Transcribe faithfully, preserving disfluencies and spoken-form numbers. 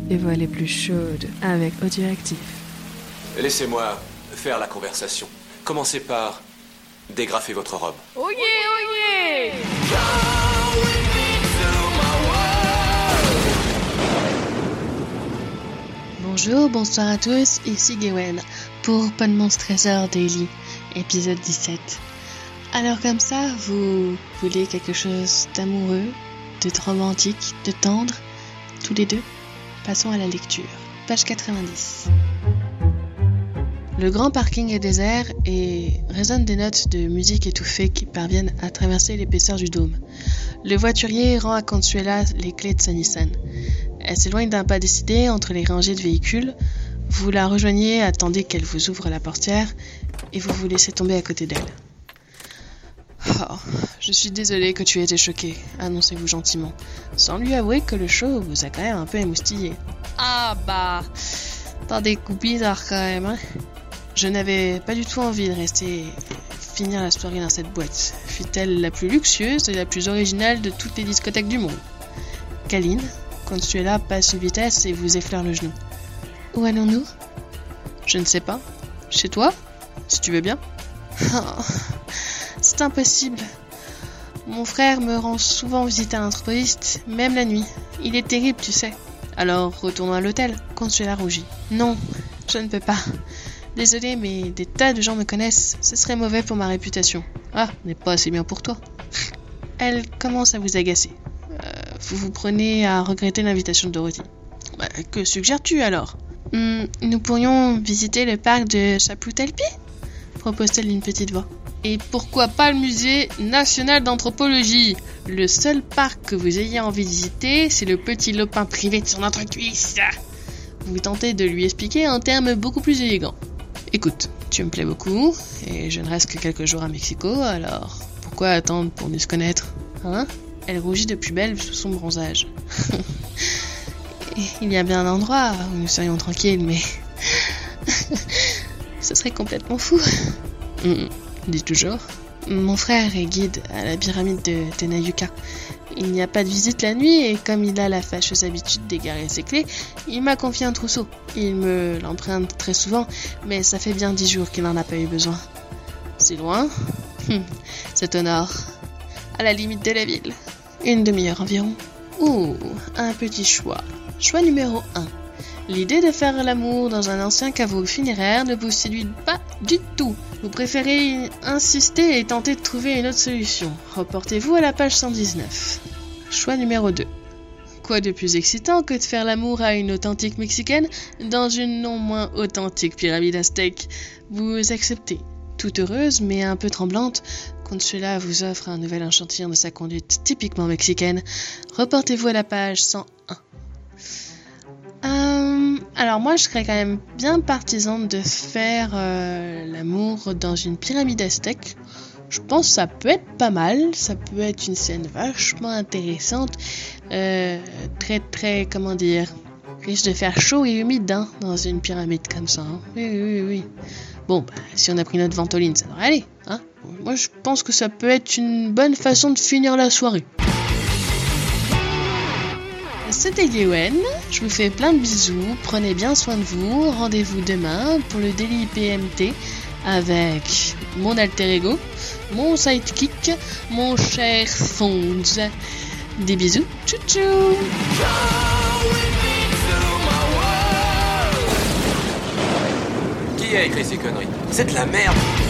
et voix les plus chaudes avec Audioactif. Laissez-moi faire la conversation. Commencez par dégrafer votre robe. Oh yeah, oh yeah! Bonjour, bonsoir à tous, ici Gwen pour Pon Stressor Daily, épisode dix-sept. Alors comme ça, vous voulez quelque chose d'amoureux, de romantique, de tendre, tous les deux? Passons à la lecture. Page quatre-vingt-dix. Le grand parking est désert et résonnent des notes de musique étouffée qui parviennent à traverser l'épaisseur du dôme. Le voiturier rend à Consuela les clés de sa Nissan. Elle s'éloigne d'un pas décidé entre les rangées de véhicules. Vous la rejoignez, attendez qu'elle vous ouvre la portière et vous vous laissez tomber à côté d'elle. Oh, je suis désolée que tu aies été choquée, annoncez-vous gentiment, sans lui avouer que le show vous a quand même un peu émoustillé. Ah bah, t'as des coups bizarres quand même, hein. Je n'avais pas du tout envie de rester finir la soirée dans cette boîte, fut-elle la plus luxueuse et la plus originale de toutes les discothèques du monde. Câline, Consuela passe une vitesse et vous effleure le genou. Où allons-nous? Je ne sais pas. Chez toi? Si tu veux bien. Oh, c'est impossible. Mon frère me rend souvent visite à l'entreprise, même la nuit. Il est terrible, tu sais. Alors, retournons à l'hôtel. Consuela rougit. Non, je ne peux pas. Désolée, mais des tas de gens me connaissent. Ce serait mauvais pour ma réputation. Ah, n'est pas assez bien pour toi. Elle commence à vous agacer. Euh, vous vous prenez à regretter l'invitation de Dorothy. Bah, que suggères-tu alors? hmm, Nous pourrions visiter le parc de Chapoutelpi, propose-t-elle d'une petite voix. Et pourquoi pas le musée national d'anthropologie? Le seul parc que vous ayez envie de visiter, c'est le petit lopin privé de son autre cuisse. Vous tentez de lui expliquer en termes beaucoup plus élégants. Écoute, tu me plais beaucoup, et je ne reste que quelques jours à Mexico, alors pourquoi attendre pour mieux se connaître, hein? Elle rougit de plus belle sous son bronzage. Il y a bien un endroit où nous serions tranquilles, mais ce serait complètement fou. Mmh, dis toujours. Mon frère est guide à la pyramide de Tenayuka. Il n'y a pas de visite la nuit et comme il a la fâcheuse habitude d'égarer ses clés, il m'a confié un trousseau. Il me l'emprunte très souvent, mais ça fait bien dix jours qu'il n'en a pas eu besoin. C'est loin? C'est au nord, à la limite de la ville. Une demi-heure environ. Ouh, un petit choix. Choix numéro un. L'idée de faire l'amour dans un ancien caveau funéraire ne vous séduit pas du tout. Vous préférez insister et tenter de trouver une autre solution. Reportez-vous à la page cent dix-neuf. Choix numéro deux. Quoi de plus excitant que de faire l'amour à une authentique mexicaine dans une non moins authentique pyramide aztèque? Vous acceptez. Toute heureuse mais un peu tremblante, Consuela vous offre un nouvel échantillon de sa conduite typiquement mexicaine. Reportez-vous à la page cent un. Euh, alors moi je serais quand même bien partisane de faire euh, l'amour dans une pyramide aztèque. Je pense que ça peut être pas mal, ça peut être une scène vachement intéressante, euh, très très comment dire, risque de faire chaud et humide hein, dans une pyramide comme ça. Hein. Oui oui oui oui. Bon bah si on a pris notre ventoline ça devrait aller. Hein. Moi je pense que ça peut être une bonne façon de finir la soirée. C'était Gwen, je vous fais plein de bisous, prenez bien soin de vous, rendez-vous demain pour le Daily P M T avec mon alter ego, mon sidekick, mon cher Fonz. Des bisous, tchou tchou. Qui a écrit ces conneries? C'est de la merde.